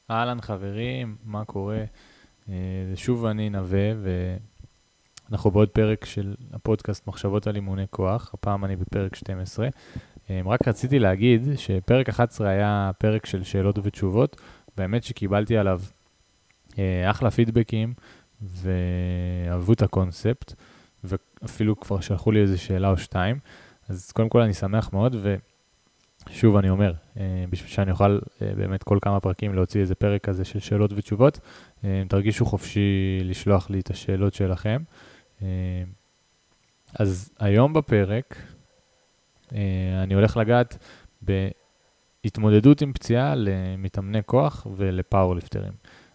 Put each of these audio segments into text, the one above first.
אהלן חברים, מה קורה? שוב אני נווה, ואנחנו בעוד פרק של הפודקאסט מחשבות על אימוני כוח, הפעם אני בפרק 12. רק רציתי להגיד שפרק 11 היה פרק של שאלות ותשובות, באמת שקיבלתי עליו אחלה פידבקים, ואהבו את הקונספט, ואפילו כבר שלחו לי איזו שאלה או שתיים, אז קודם כל אני שמח מאוד, שוב אני אומר, בשביל שאני אוכל באמת כל כמה פרקים להוציא איזה פרק כזה של שאלות ותשובות, תרגישו חופשי לשלוח לי את השאלות שלכם. אז היום בפרק אני הולך לגעת בהתמודדות עם פציעה למתאמני כוח ולפאורליפטרים.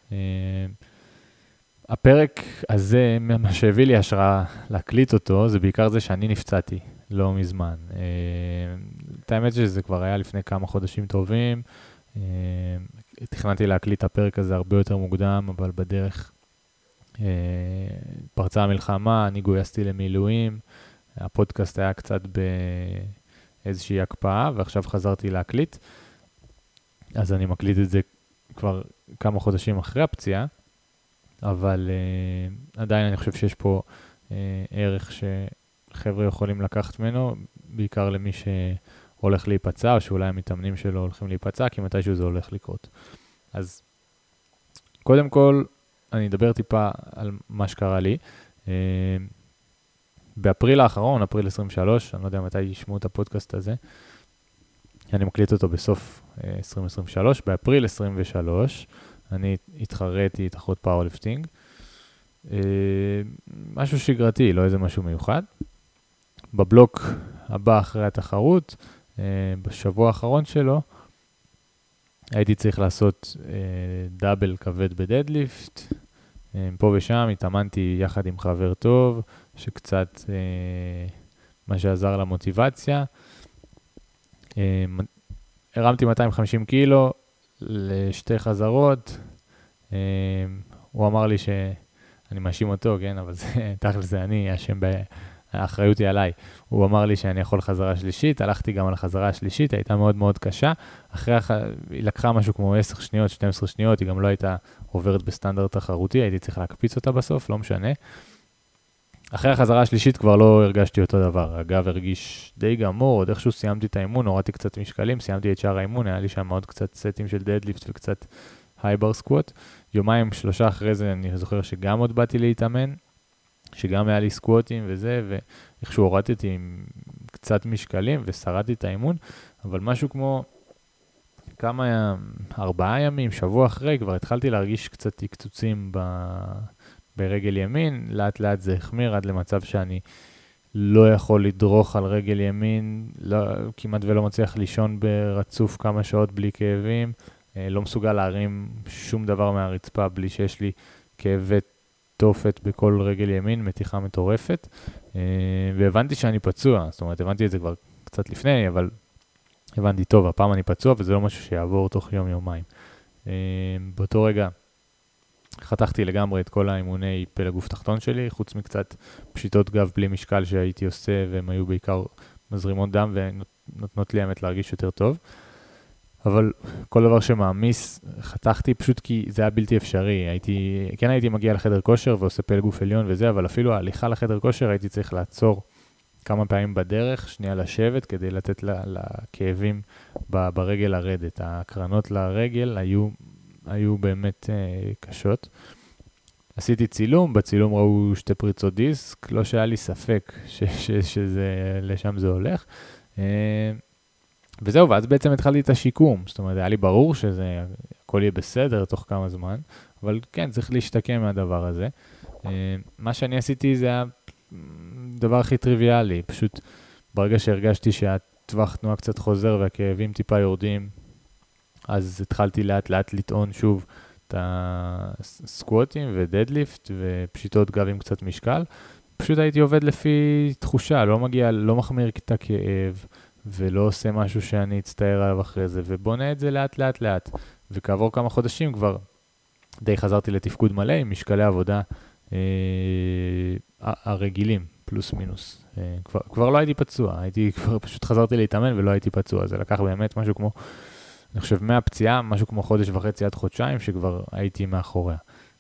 הפרק הזה, מה שהביא לי השראה להקליט אותו, זה בעיקר זה שאני נפצעתי לא מזמן. את האמת שזה כבר היה לפני כמה חודשים טובים. תכננתי להקליט את הפרק הזה הרבה יותר מוקדם, אבל בדרך פרצה המלחמה, אני גויסתי למילואים, הפודקאסט היה קצת באיזושהי הקפאה, ועכשיו חזרתי להקליט. אז אני מקליט את זה כבר כמה חודשים אחרי הפציעה, אבל עדיין אני חושב שיש פה ערך שחבר'ה יכולים לקחת ממנו, בעיקר למי שהולך להיפצע, או שאולי המתאמנים שלו הולכים להיפצע, כי מתישהו זה הולך לקרות. אז קודם כל, אני אדבר טיפה על מה שקרה לי. באפריל האחרון, אפריל 23, אני לא יודע מתי ישמעו את הפודקאסט הזה, אני מקליט אותו בסוף 2023, באפריל 23, אני התחרתי תחרות פאורליפטינג, משהו שגרתי, לא איזה משהו מיוחד. בבלוק הבא אחרי התחרות, בשבוע האחרון שלו, הייתי צריך לעשות דאבל כבד בדדליפט, פה ושם התאמנתי יחד עם חבר טוב, שקצת מה שעזר למוטיבציה. הרמתי 250 קילו לשתי חזרות, הוא אמר לי שאני מאשים אותו, כן, אבל זה, תכף זה אני, האחריות היא עליי. הוא אמר לי שאני יכול חזרה שלישית, הלכתי גם על החזרה השלישית, הייתה מאוד מאוד קשה. היא לקחה משהו כמו 10 שניות, 12 שניות, היא גם לא הייתה עוברת בסטנדרט תחרותי, הייתי צריך להקפיץ אותה בסוף, לא משנה. אחרי החזרה השלישית כבר לא הרגשתי אותו דבר. אגב, הרגיש די גמור, עוד איכשהו סיימתי את האימון, הורדתי קצת משקלים, סיימתי את שאר האימון, היה לי שם עוד קצת סטים של דדליפט וקצת הייבר סקווט. יומיים, 3 אחרי זה אני זוכר שגם עוד באתי להתאמן, שגם היה לי סקווטים וזה, ואיכשהו הורדתי עם קצת משקלים ושרדתי את האימון, אבל משהו כמו 4 ימים, שבוע אחרי, כבר התחלתי להרגיש קצת תקצוצים ברגל ימין, לאט לאט זה החמיר עד למצב שאני לא יכול לדרוך על רגל ימין, כמעט ולא מצליח לישון ברצוף כמה שעות בלי כאבים, לא מסוגל להרים שום דבר מהרצפה בלי שיש לי כאבי תופת בכל רגל ימין, מתיחה מטורפת, והבנתי שאני פצוע, זאת אומרת, הבנתי את זה כבר קצת לפני, אבל הבנתי טוב, הפעם אני פצוע וזה לא משהו שיעבור תוך יום-יומיים. באותו רגע חתכתי לגמרי את כל האימוני פלג גוף תחתון שלי, חוץ מקצת פשיטות גב בלי משקל שהייתי עושה, והם היו בעיקר מזרימות דם ונותנות לי האמת להרגיש יותר טוב. אבל כל דבר שמעמיס, חתכתי פשוט כי זה היה בלתי אפשרי. כן הייתי מגיע לחדר כושר ועושה פלג גוף עליון וזה, אבל אפילו ההליכה לחדר כושר הייתי צריך לעצור כמה פעמים בדרך, שנייה לשבת, כדי לתת לכאבים ברגל לרדת. ההקרנות לרגל היו באמת קשות. עשיתי צילום, בצילום ראו 2 פריצות דיסק, לא שהיה לי ספק לשם זה הולך. וזהו, ואז בעצם התחלתי את השיקום. זאת אומרת, היה לי ברור שזה הכל יהיה בסדר תוך כמה זמן, אבל כן, צריך להשתקם מהדבר הזה. מה שאני עשיתי זה הדבר הכי טריוויאלי, פשוט ברגע שהרגשתי שהטווח תנועה קצת חוזר והכאבים טיפה יורדים, אז התחלתי לאט לאט לטעון שוב את הסקווטים ודדליפט ופשיטות גב עם קצת משקל. פשוט הייתי עובד לפי תחושה, לא מחמיר את הכאב ולא עושה משהו שאני אצטער עליו אחרי זה, ובונה את זה לאט לאט לאט. וכעבור כמה חודשים כבר די חזרתי לתפקוד מלא עם משקלי עבודה הרגילים, פלוס מינוס. כבר לא הייתי פצוע, כבר פשוט חזרתי להתאמן ולא הייתי פצוע. זה לקח באמת משהו כמו אני חושב מהפציעה, משהו כמו חודש וחצי עד חודשיים, שכבר הייתי מאחוריה.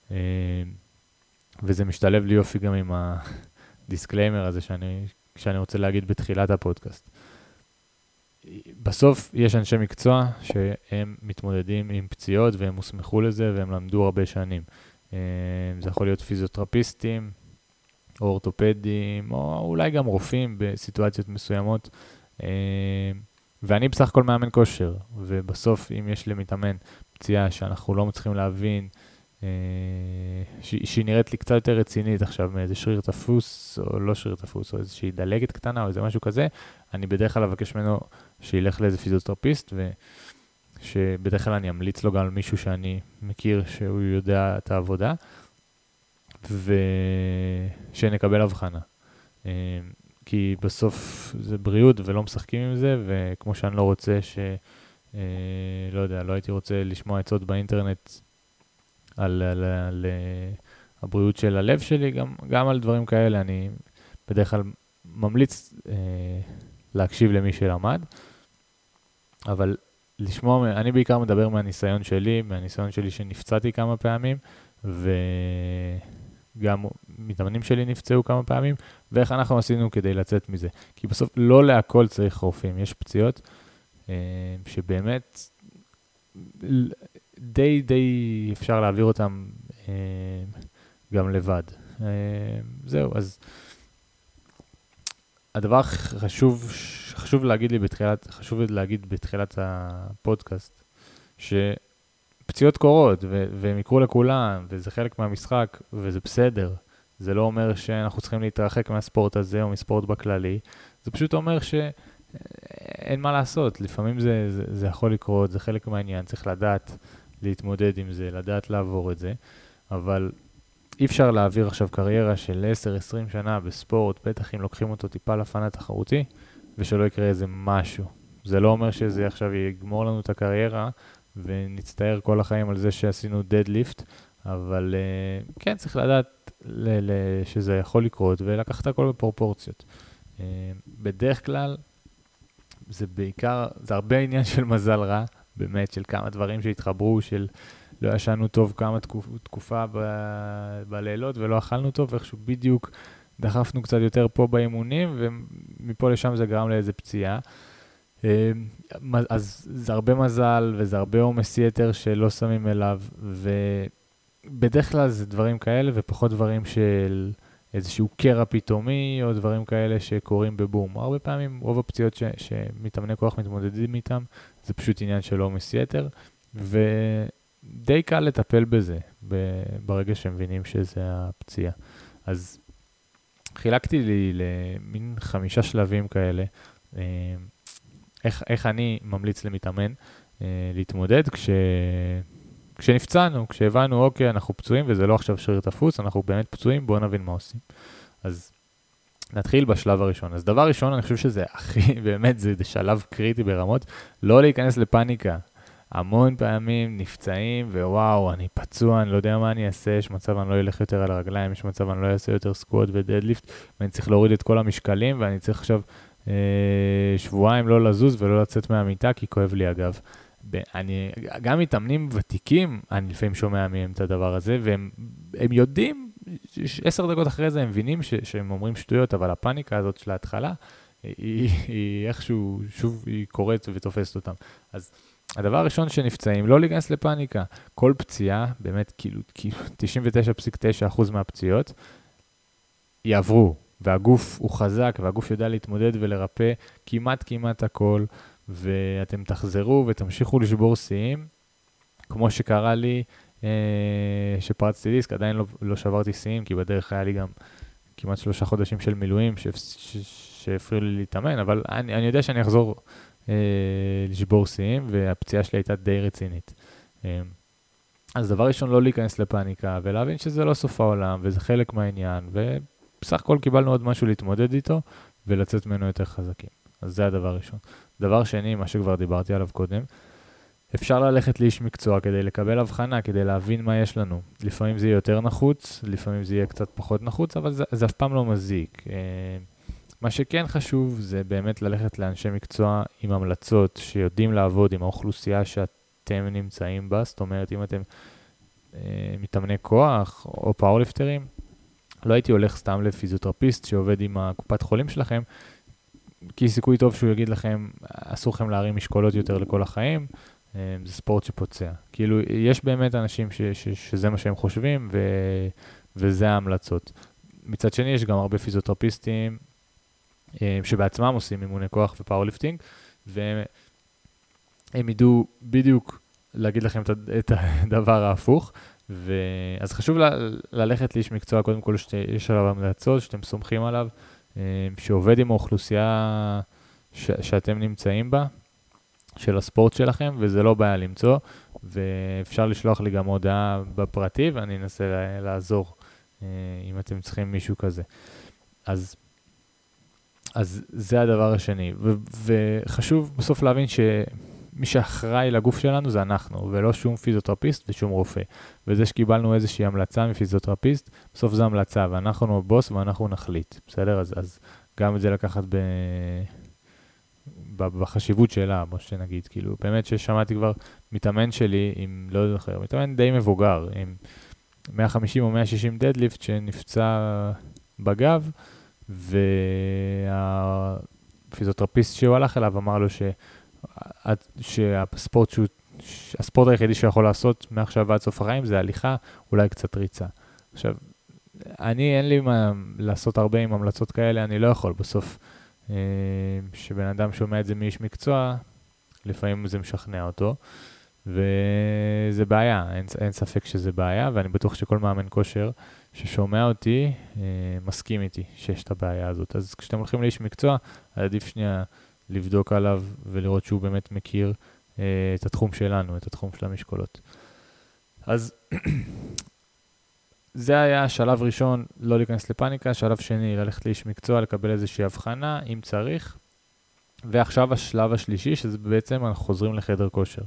וזה משתלב לי יופי גם עם הדיסקליימר הזה שאני רוצה להגיד בתחילת הפודקאסט. בסוף יש אנשי מקצוע שהם מתמודדים עם פציעות והם הוסמכו לזה והם למדו הרבה שנים. זה יכול להיות פיזיותרפיסטים, או אורתופדים, או אולי גם רופאים בסיטואציות מסוימות. ואני בסך הכל מאמן כושר, ובסוף אם יש למתאמן פציעה שאנחנו לא מצליחים להבין, שהיא נראית לי קצת יותר רצינית עכשיו מאיזה שריר תפוס או לא שריר תפוס, או איזושהי דלגת קטנה או איזה משהו כזה, אני בדרך כלל אבקש ממנו שילך לאיזה פיזיותרפיסט, ושבדרך כלל אני אמליץ לו גם על מישהו שאני מכיר שהוא יודע את העבודה, ושנקבל הבחנה. כי בסוף זה בריאות ולא משחקים עם זה, וכמו שאני לא רוצה לא יודע, לא הייתי רוצה לשמוע עצות באינטרנט על הבריאות של הלב שלי, גם על דברים כאלה אני בדרך כלל ממליץ להקשיב למי שלמד, אבל לשמוע, אני בעיקר מדבר מהניסיון שלי שנפצעתי כמה פעמים, וגם מתאמנים שלי נפצעו כמה פעמים, ואיך אנחנו עשינו כדי לצאת מזה. כי בסוף לא להכל צריך רופאים, יש פציעות שבאמת די אפשר להעביר אותם גם לבד. זהו, אז הדבר חשוב להגיד בתחילת הפודקאסט, שפציעות קורות, והם יקרו לכולם, וזה חלק מהמשחק, וזה בסדר. זה לא אומר שאנחנו צריכים להתרחק מהספורט הזה, או מספורט בכללי. זה פשוט אומר שאין מה לעשות. לפעמים זה יכול לקרות, זה חלק מהעניין, צריך לדעת להתמודד עם זה, לדעת לעבור את זה, אבל אי אפשר להעביר עכשיו קריירה של 10-20 שנה בספורט, בטח אם לוקחים אותו טיפה לפן תחרותי, ושלא יקרה איזה משהו. זה לא אומר שזה עכשיו יגמור לנו את הקריירה, ונצטער כל החיים על זה שעשינו דדליפט, אבל כן, צריך לדעת שזה יכול לקרות, ולקחת הכל בפרופורציות. בדרך כלל, זה הרבה עניין של מזל רע, באמת, של כמה דברים שהתחברו, של לא ישנו טוב כמה תקופה בלילות, ולא אכלנו טוב, ואיכשהו בדיוק דחפנו קצת יותר פה באימונים, ומפה לשם זה גרם לאיזה פציעה. אז זה הרבה מזל, וזה הרבה עומס יתר שלא שמים אליו, ובדרך כלל זה דברים כאלה, ופחות דברים של איזשהו קרע פתאומי, או דברים כאלה שקורים בבום. הרבה פעמים, רוב הפציעות שמתאמני כוח מתמודדים איתם, זה פשוט עניין של עומס יתר, ודי קל לטפל בזה, ברגע שמבינים שזה הפציעה. אז חילקתי לי למין 5 שלבים כאלה, איך אני ממליץ למתאמן להתמודד כשנפצענו, כשהבנו, אוקיי, אנחנו פצועים, וזה לא עכשיו שריר תפוס, אנחנו באמת פצועים, בואו נבין מה עושים. אז נתחיל בשלב הראשון. אז דבר ראשון, אני חושב שזה באמת, זה שלב קריטי ברמות, לא להיכנס לפאניקה. המון פעמים נפצעים, ווואו, אני פצוע, אני לא יודע מה אני אעשה, יש מצב אני לא אלך יותר על הרגליים, יש מצב אני לא אעשה יותר סקוואט ודדליפט, ואני צריך להוריד את כל המשקלים, ואני צריך עכשיו שבועיים לא לזוז ולא לצאת מהמיטה, כי כואב לי אגב. גם מתאמנים ותיקים, אני לפעמים שומע מהם את הדבר הזה, והם יודעים, 10 דקות אחרי זה הם מבינים שהם אומרים שטויות, אבל הפאניקה הזאת של ההתחלה, היא איכשהו, שוב היא קורית ותופסת אותם. אז הדבר הראשון שנפצעים, לא להיכנס לפאניקה. כל פציעה, באמת כאילו 99.9% מהפציעות, יעברו, והגוף הוא חזק, והגוף יודע להתמודד ולרפא כמעט הכל, ואתם תחזרו ותמשיכו לשבור שיאים, כמו שקרה לי, שפרצתי דיסק, עדיין לא שברתי שיאים, כי בדרך היה לי גם כמעט 3 חודשים של מילואים שהפריעו לי להתאמן, אבל אני יודע שאני אחזור לשבור שיאים, והפציעה שלי הייתה די רצינית. אז דבר ראשון, לא להיכנס לפאניקה, ולהבין שזה לא סוף העולם, וזה חלק מהעניין, ובסך הכל קיבלנו עוד משהו להתמודד איתו, ולצאת ממנו יותר חזקים. אז זה הדבר ראשון. דבר שני, מה שכבר דיברתי עליו קודם, אפשר ללכת לאיש מקצוע כדי לקבל הבחנה, כדי להבין מה יש לנו. לפעמים זה יהיה יותר נחוץ, לפעמים זה יהיה קצת פחות נחוץ, אבל זה אף פעם לא מזיק. מה שכן חשוב זה באמת ללכת לאנשי מקצוע עם המלצות שיודעים לעבוד עם האוכלוסייה שאתם נמצאים בה, זאת אומרת אם אתם מתאמני כוח או פאורליפטרים, לא הייתי הולך סתם לפיזיותרפיסט שעובד עם הקופת חולים שלכם, כי סיכוי טוב שהוא יגיד לכם, אסור לכם להרים משקולות יותר לכל החיים, זה ספורט שפוצע. כאילו, יש באמת אנשים שזה מה שהם חושבים, וזה ההמלצות. מצד שני, יש גם הרבה פיזיותרפיסטים שבעצמם עושים אימוני כוח ופאורליפטינג, והם ידעו בדיוק להגיד לכם את הדבר ההפוך, אז חשוב ללכת לאיש מקצוע, קודם כל שיש עליו המלצות, שאתם סומכים עליו, שעובד עם האוכלוסייה שאתם נמצאים בה, של הספורט שלכם, וזה לא בעיה למצוא, ואפשר לשלוח לי גם הודעה בפרטי, ואני אנסה לעזור אם אתם צריכים מישהו כזה. אז זה הדבר השני, וחשוב בסוף להבין שמי שאחראי לגוף שלנו זה אנחנו, ולא שום פיזיותרפיסט ושום רופא. וזה שקיבלנו איזושהי המלצה מפיזיותרפיסט, בסוף זו המלצה, ואנחנו הבוס ואנחנו נחליט, בסדר? אז גם את זה לקחת בחשיבות שלה, כמו שנגיד, כאילו, באמת ששמעתי כבר מתאמן שלי, עם לא יודע אחר, מתאמן די מבוגר, עם 150 או 160 דדליפט שנפצע בגב, והפיזיותרפיסט שהוא הלך אליו אמר לו שהספורט היחידי שיכול לעשות מעכשיו ועד סוף החיים זה הליכה, אולי קצת ריצה. עכשיו, אין לי מה לעשות הרבה עם המלצות כאלה, אני לא יכול בסוף. שבן אדם שומע את זה מאיש מקצוע, לפעמים זה משכנע אותו, וזה בעיה, אין ספק שזה בעיה, ואני בטוח שכל מאמן כושר ששומע אותי, מסכים איתי שיש את הבעיה הזאת. אז כשאתם הולכים לאיש מקצוע, עדיף שנייה לבדוק עליו ולראות שהוא באמת מכיר את התחום שלנו, את התחום של המשקולות. אז זה היה שלב ראשון, לא להיכנס לפאניקה, שלב שני, ללכת לאיש מקצוע, לקבל איזושהי הבחנה, אם צריך. ועכשיו השלב השלישי, שזה בעצם אנחנו חוזרים לחדר כושר.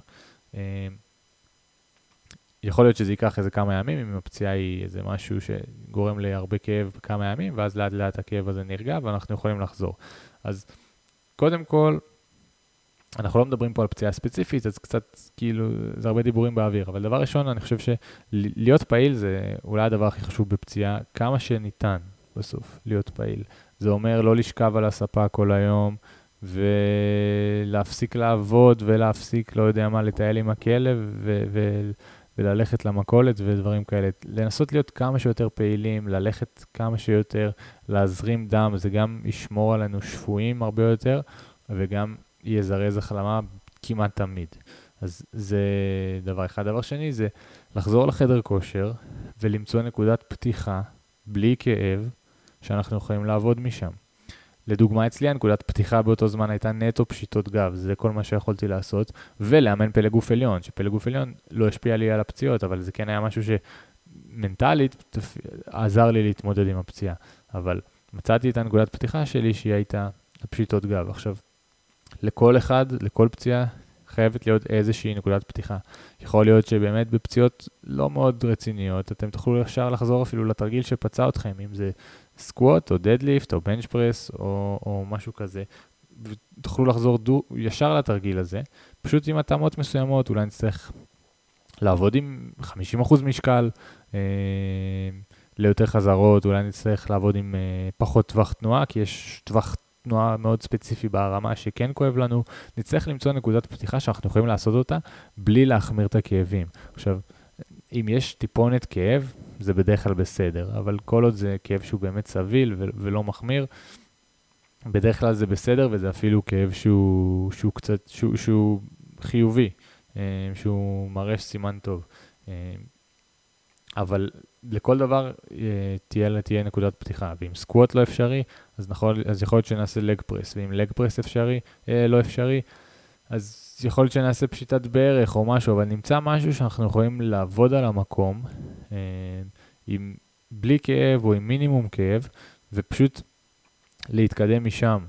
יכול להיות שזה ייקח איזה כמה ימים, אם הפציעה היא איזה משהו שגורם להרבה כאב בכמה ימים, ואז לאט לאט הכאב הזה נרגע, ואנחנו יכולים לחזור. אז קודם כל, אנחנו לא מדברים פה על פציעה ספציפית, אז קצת כאילו, זה הרבה דיבורים באוויר, אבל דבר ראשון, אני חושב שלהיות פעיל זה אולי הדבר הכי חשוב בפציעה, כמה שניתן בסוף להיות פעיל. זה אומר לא לשכב על הספה כל היום, ולהפסיק לעבוד, ולהפסיק, לא יודע מה, לטייל עם הכלב, וללכת למכולת ודברים כאלה. לנסות להיות כמה שיותר פעילים, ללכת כמה שיותר, להזרים דם, זה גם ישמור עלינו שפויים הרבה יותר, וגם יזרז החלמה כמעט תמיד. אז זה דבר אחד. דבר שני זה לחזור לחדר כושר ולמצוא נקודת פתיחה בלי כאב שאנחנו יכולים לעבוד משם. לדוגמה אצלי הנקודת פתיחה באותו זמן הייתה נטו פשיטות גב, זה כל מה שיכולתי לעשות, ולאמן פלג גוף עליון, שפלג גוף עליון לא השפיע לי על הפציעות, אבל זה כן היה משהו שמנטלית עזר לי להתמודד עם הפציעה. אבל מצאתי את הנקודת פתיחה שלי שהיא הייתה פשיטות גב. עכשיו, לכל אחד, לכל פציעה, חייבת להיות איזושהי נקודת פתיחה. יכול להיות שבאמת בפציעות לא מאוד רציניות, אתם תוכלו ישר לחזור אפילו לתרגיל שפצע אתכם, אם זה סקווט או דדליפט או בנץ' פרס או משהו כזה, ותוכלו לחזור ישר לתרגיל הזה. פשוט עם התאמות מסוימות, אולי נצטרך לעבוד עם 50% משקל, ליותר חזרות, אולי נצטרך לעבוד עם פחות טווח תנועה, כי יש טווח תנועה מאוד ספציפי ברמה שכן כואב לנו, נצטרך למצוא נקודת פתיחה שאנחנו יכולים לעשות אותה בלי להחמיר את הכאבים. עכשיו, אם יש טיפונת כאב, זה בדרך כלל בסדר, אבל כל עוד זה כאב שהוא באמת סביל ולא מחמיר, בדרך כלל זה בסדר, וזה אפילו כאב שהוא חיובי, שהוא מראה סימן טוב. אבל לכל דבר תהיה נקודת פתיחה, ואם סקווט לא אפשרי, אז יכול להיות שנעשה לג פרס, ואם לג פרס אפשרי, לא אפשרי, אז יכול להיות שנעשה פשיטת בערך או משהו, אבל נמצא משהו שאנחנו יכולים לעבוד על המקום, בלי כאב או עם מינימום כאב, ופשוט להתקדם משם.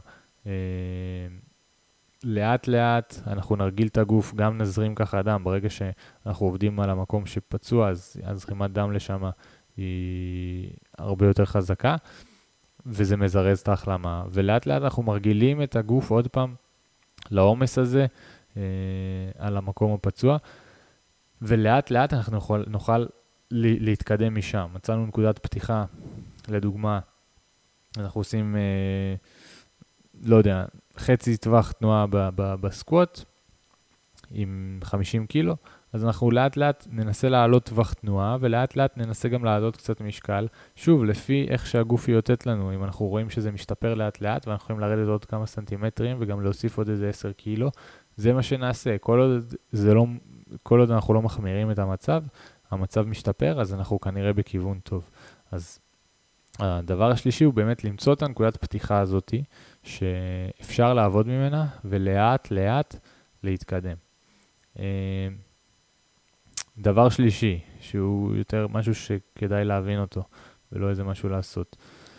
לאט לאט אנחנו נרגיל את הגוף, גם נזרים ככה דם, ברגע שאנחנו עובדים על המקום שפצוע, אז הזרימת דם לשם היא הרבה יותר חזקה, וזה מזרז את ההחלמה, ולאט לאט אנחנו מרגילים את הגוף עוד פעם לעומס הזה, על המקום הפצוע, ולאט לאט אנחנו נוכל להתקדם משם. מצאנו נקודת פתיחה, לדוגמה, אנחנו עושים, לא יודע, חצי טווח תנועה בסקווט, עם 50 קילו, אז אנחנו לאט לאט ננסה לעלות טווח תנועה, ולאט לאט ננסה גם לעלות קצת משקל, שוב, לפי איך שהגוף יוטט לנו, אם אנחנו רואים שזה משתפר לאט לאט, ואנחנו יכולים לרדת עוד כמה סנטימטרים, וגם להוסיף עוד איזה 10 קילו, זה מה שנעשה. כל עוד אנחנו לא מחמירים את המצב משתפר, אז אנחנו כנראה בכיוון טוב. אז הדבר השלישי הוא באמת למצוא את הנקודת פתיחה הזאת, שאפשר לעבוד ממנה, ולאט לאט להתקדם. דבר שלישי, שהוא יותר משהו שכדאי להבין אותו, ולא איזה משהו לעשות.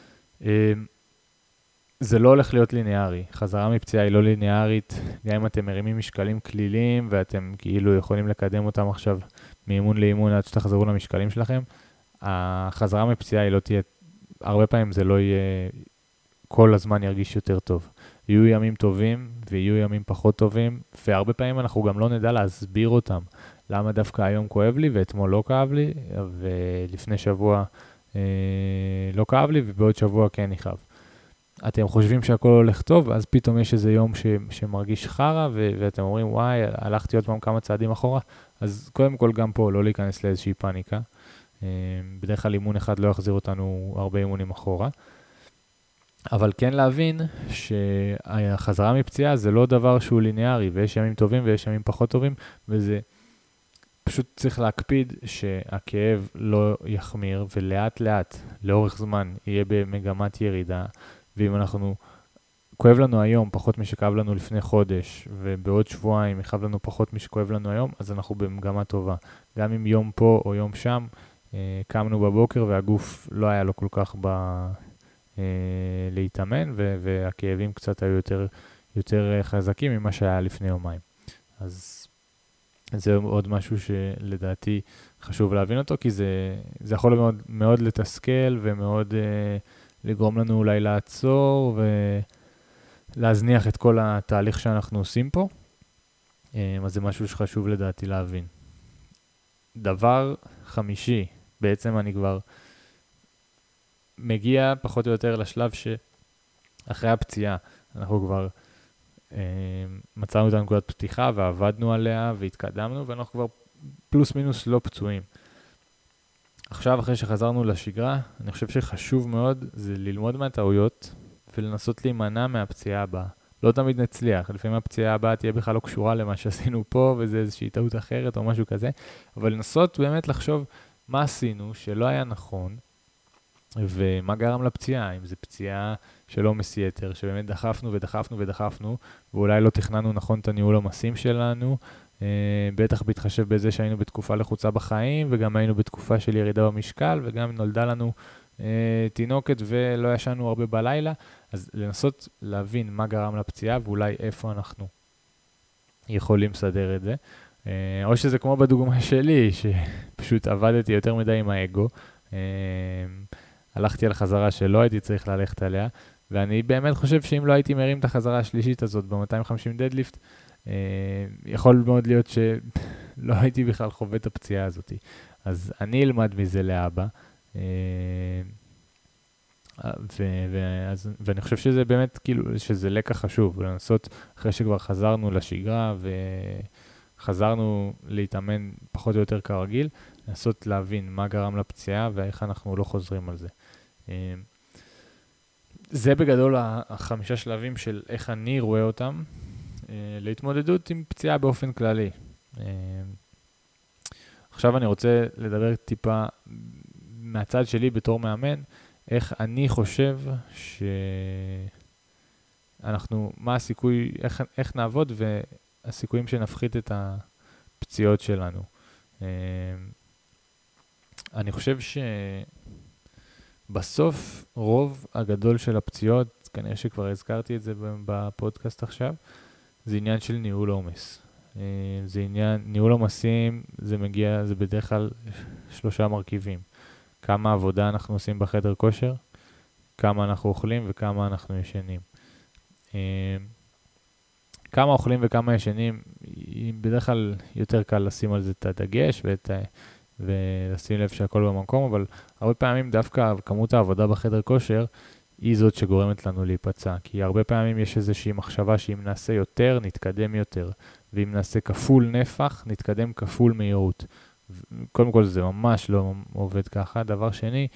זה לא הולך להיות ליניארי. חזרה מפציעה היא לא ליניארית, גם אם אתם מרימים משקלים כלילים, ואתם כאילו יכולים לקדם אותם עכשיו מאימון לאימון עד שתחזרו למשקלים שלכם. החזרה מפציעה היא לא תהיה, הרבה פעמים זה לא יהיה, כל הזמן ירגיש יותר טוב. יהיו ימים טובים ויהיו ימים פחות טובים, והרבה פעמים אנחנו גם לא נדע להסביר אותם. למה דווקא היום כואב לי ואתמול לא כאב לי, ולפני שבוע לא כאב לי ובעוד שבוע כן יכאב. אתם חושבים שהכל הולך טוב, אז פתאום יש איזה יום שמרגיש חרה, ואתם אומרים, וואי, הלכתי עוד פעם כמה צעדים אחורה, אז קודם כל גם פה לא להיכנס לאיזושהי פאניקה. בדרך כלל אימון אחד לא יחזיר אותנו הרבה אימונים אחורה. אבל כן להבין שהחזרה מפציעה זה לא דבר שהוא ליניארי, ויש ימים טובים ויש ימים פחות טובים, וזה פשוט צריך להקפיד שהכאב לא יחמיר, ולאט לאט, לאורך זמן, יהיה במגמת ירידה, ואם אנחנו, כואב לנו היום פחות משכאב לנו לפני חודש, ובעוד שבועיים יכאב לנו פחות משכואב לנו היום, אז אנחנו במגמה טובה. גם אם יום פה או יום שם, קמנו בבוקר והגוף לא היה לו כל כך להתאמן, והכאבים קצת היו יותר חזקים ממה שהיה לפני יומיים. אז זה עוד משהו שלדעתי חשוב להבין אותו, כי זה יכול מאוד, מאוד לתסכל ומאוד לגרום לנו אולי לעצור ולהזניח את כל התהליך שאנחנו עושים פה. אז זה משהו שחשוב לדעתי להבין. דבר חמישי, בעצם אני כבר מגיע פחות או יותר לשלב שאחרי הפציעה אנחנו כבר מצאנו את הנקודת פתיחה ועבדנו עליה והתקדמנו, ואנחנו כבר פלוס מינוס לא פצועים. עכשיו אחרי שחזרנו לשגרה, אני חושב שחשוב מאוד זה ללמוד מהטעויות ולנסות להימנע מהפציעה הבאה. לא תמיד נצליח, לפעמים הפציעה הבאה תהיה בכלל לא קשורה למה שעשינו פה, וזה איזושהי טעות אחרת או משהו כזה, אבל לנסות באמת לחשוב מה עשינו שלא היה נכון, ומה גרם לפציעה, אם זה פציעה של עומס יתר, שבאמת דחפנו ודחפנו ודחפנו, ואולי לא תכננו נכון את הניהול עומסים שלנו, בטח בהתחשב בזה שהיינו בתקופה לחוצה בחיים, וגם היינו בתקופה של ירידה במשקל, וגם נולדה לנו תינוקת ולא ישנו הרבה בלילה, אז לנסות להבין מה גרם לפציעה, ואולי איפה אנחנו יכולים לסדר את זה. או שזה כמו בדוגמה שלי, שפשוט עבדתי יותר מדי עם האגו, הלכתי על חזרה שלא הייתי צריך ללכת עליה, ואני באמת חושב שאם לא הייתי מרים את החזרה השלישית הזאת ב-250 דדליפט, יכול מאוד להיות שלא הייתי בכלל חווה את הפציעה הזאת. אז אני אלמד מזה לאבא, ואני חושב שזה באמת כאילו, שזה לקח חשוב, לנסות אחרי שכבר חזרנו לשגרה וחזרנו להתאמן פחות או יותר כרגיל, לנסות להבין מה גרם לפציעה ואיך אנחנו לא חוזרים על זה. זה בגדול 5 שלבים של איך אני רואה אותם, להתמודדות עם פציעה באופן כללי. עכשיו אני רוצה לדבר טיפה מהצד שלי בתור מאמן, איך אני חושב שאנחנו, מה הסיכוי, איך נעבוד והסיכויים שנפחית את הפציעות שלנו. אני חושב שבסוף רוב הגדול של הפציעות, כנראה שכבר הזכרתי את זה בפודקאסט עכשיו, זה עניין של ניהול עומס. זה עניין, ניהול עומסים, זה בדרך כלל 3 מרכיבים. כמה עבודה אנחנו עושים בחדר כושר, כמה אנחנו אוכלים וכמה אנחנו ישנים. כמה אוכלים וכמה ישנים, בדרך כלל יותר קל לשים על זה את הדגש ולשים לב שהכל במקום, אבל הרבה פעמים דווקא כמות העבודה בחדר כושר היא זאת שגורמת לנו להיפצע, כי הרבה פעמים יש איזושהי מחשבה שאם נעשה יותר, נתקדם יותר, ואם נעשה כפול נפח, נתקדם כפול מהירות. קודם כל זה ממש לא עובד ככה. דבר שני,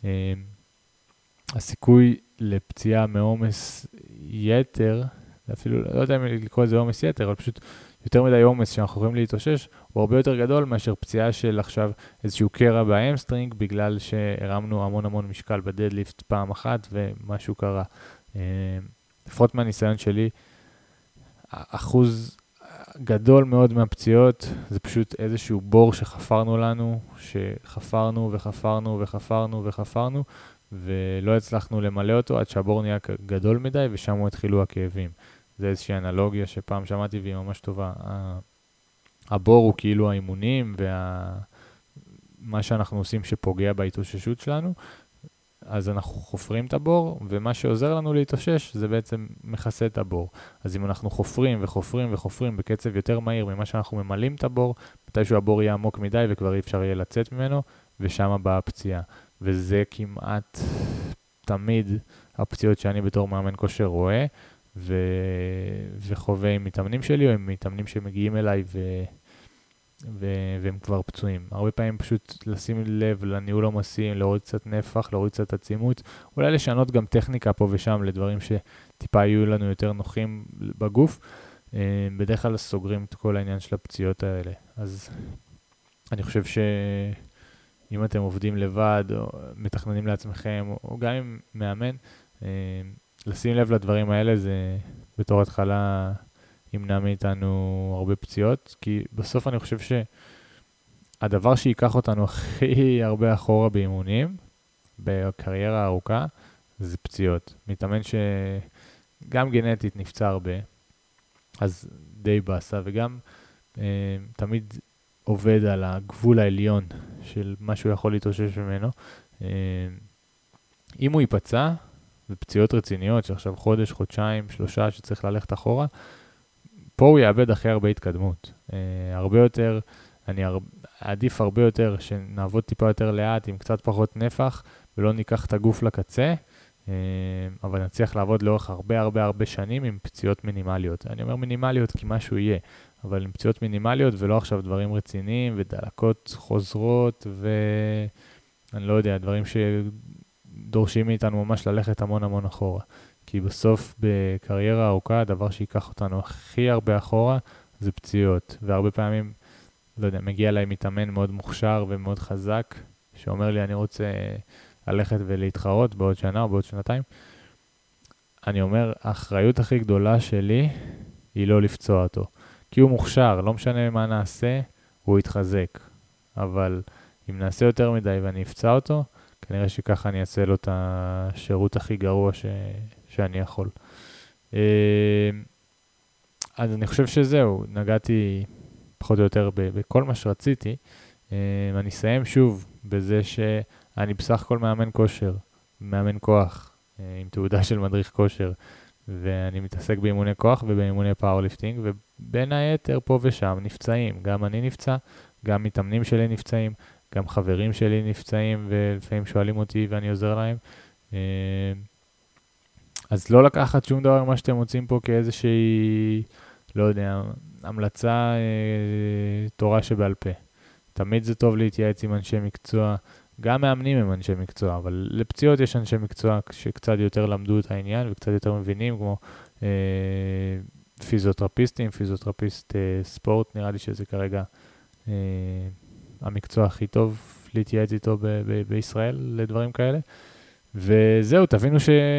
הסיכוי לפציעה מעומס יתר, אפילו לא יודע אם לקרוא לזה עומס יתר, אבל פשוט יותר מדי עומס שאנחנו יכולים להתאושש, הוא הרבה יותר גדול מאשר פציעה של עכשיו איזשהו קרע באמסטרינג, בגלל שהרמנו המון משקל בדדליפט פעם אחת ומשהו קרה. לפחות מהניסיון שלי, אחוז גדול מאוד מהפציעות זה פשוט איזשהו בור שחפרנו לנו, שחפרנו וחפרנו, ולא הצלחנו למלא אותו עד שהבור נהיה גדול מדי, ושם התחילו הכאבים. זה איזושהי אנלוגיה שפעם שמעתי והיא ממש טובה. הבור הוא כאילו האימונים, ומה שאנחנו עושים שפוגע בהתאוששות שלנו, אז אנחנו חופרים את הבור, ומה שעוזר לנו להתאושש זה בעצם מכסה את הבור. אז אם אנחנו חופרים בקצב יותר מהיר ממה שאנחנו ממלאים את הבור, מתישהו הבור יהיה עמוק מדי וכבר אי אפשר יהיה לצאת ממנו, ושם באה הפציעה. וזה כמעט תמיד הפציעות שאני בתור מאמן כושר רואה, וחווה עם מתאמנים שלי, או עם מתאמנים שמגיעים אליי והם כבר פצועים. הרבה פעמים פשוט לשים לב לניהול עומסים, להוריד קצת נפח, להוריד קצת עצימות, אולי לשנות גם טכניקה פה ושם לדברים שטיפה יהיו לנו יותר נוחים בגוף. בדרך כלל סוגרים את כל העניין של הפציעות האלה. אז אני חושב שאם אתם עובדים לבד, או מתכננים לעצמכם, או גם עם מאמן, לשים לב לדברים האלה זה בתור התחלה ימנע מאיתנו הרבה פציעות, כי בסוף אני חושב שהדבר שיקח אותנו הכי הרבה אחורה באימונים, בקריירה הארוכה, זה פציעות. מתאמן שגם גנטית נפצע הרבה, אז די בסה, וגם תמיד עובד על הגבול העליון של מה שהוא יכול להתאושש ממנו. אם הוא ייפצע, ופציעות רציניות שעכשיו חודש, חודשיים, 3 שצריך ללכת אחורה, פה הוא יאבד אחרי הרבה התקדמות. הרבה יותר, אני אעדיף הרבה יותר שנעבוד טיפה יותר לאט עם קצת פחות נפח, ולא ניקח את הגוף לקצה, אבל נצליח לעבוד לאורך הרבה שנים עם פציעות מינימליות. אני אומר מינימליות כי משהו יהיה, אבל עם פציעות מינימליות ולא עכשיו דברים רציניים ודלקות חוזרות, ואני לא יודע, דברים שדורשים מאיתנו ממש ללכת המון אחורה. כי בסוף בקריירה ארוכה, הדבר שיקח אותנו הכי הרבה אחורה זה פציעות. והרבה פעמים, לא יודע, מגיע אליי מתאמן מאוד מוכשר ומאוד חזק, שאומר לי אני רוצה ללכת ולהתחרות בעוד שנה או בעוד שנתיים. אני אומר, האחריות הכי גדולה שלי היא לא לפצוע אותו. כי הוא מוכשר, לא משנה מה נעשה, הוא יתחזק. אבל אם נעשה יותר מדי ואני אפצע אותו, כנראה שככה אני אעשה לו את השירות הכי גרוע שאני יכול. אז אני חושב שזהו, נגעתי פחות או יותר בכל מה שרציתי. אני אסיים שוב בזה שאני בסך הכל מאמן כושר, מאמן כוח, עם תעודה של מדריך כושר, ואני מתעסק באימוני כוח ובאימוני פאורליפטינג, ובין היתר פה ושם נפצעים. גם אני נפצע, גם מתאמנים שלי נפצעים, גם חברים שלי נפצעים, ולפעמים שואלים אותי ואני עוזר להם. אז לא לקחת שום דבר מה שאתם מוצאים פה כאיזושהי, לא יודע, המלצה תורה שבעל פה. תמיד זה טוב להתייעץ עם אנשי מקצוע, גם מאמנים הם אנשי מקצוע, אבל לפציעות יש אנשי מקצוע שקצת יותר למדו את העניין וקצת יותר מבינים, כמו פיזיותרפיסטים, פיזיותרפיסט ספורט, נראה לי שזה כרגע המקצוע הכי טוב להתייעץ איתו בישראל לדברים כאלה. וזהו, תבינו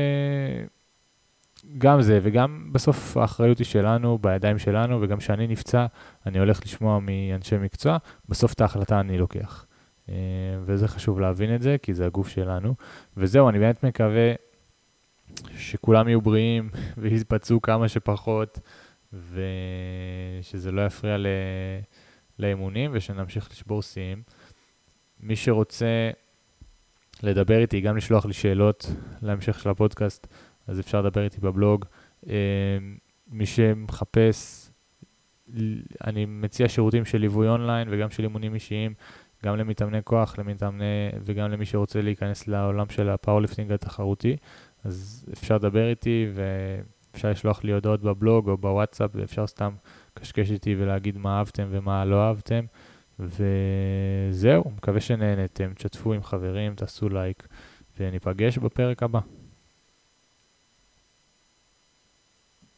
שגם זה, וגם בסוף האחריות היא שלנו, בידיים שלנו, וגם שאני נפצע, אני הולך לשמוע מאנשי מקצוע, בסוף את ההחלטה אני לוקח. וזה חשוב להבין את זה, כי זה הגוף שלנו. וזהו, אני באמת מקווה שכולם יהיו בריאים, ויתפצעו כמה שפחות, ושזה לא יפריע לאימונים, ושנמשיך לשבור שיאים. מי שרוצה לדבר איתי, גם לשלוח לי שאלות להמשך של הפודקאסט, אז אפשר לדבר איתי בבלוג. מי שמחפש, אני מציע שירותים של ליווי אונליין וגם של אימונים אישיים, גם למתאמני כוח, וגם למי שרוצה להיכנס לעולם של הפאורליפטינג התחרותי, אז אפשר לדבר איתי ואפשר לשלוח לי הודעות בבלוג או בוואטסאפ, ואפשר סתם קשקש איתי ולהגיד מה אהבתם ומה לא אהבתם, וזהו, מקווה שנהנתם, תשתפו עם חברים, תעשו לייק, וניפגש בפרק הבא.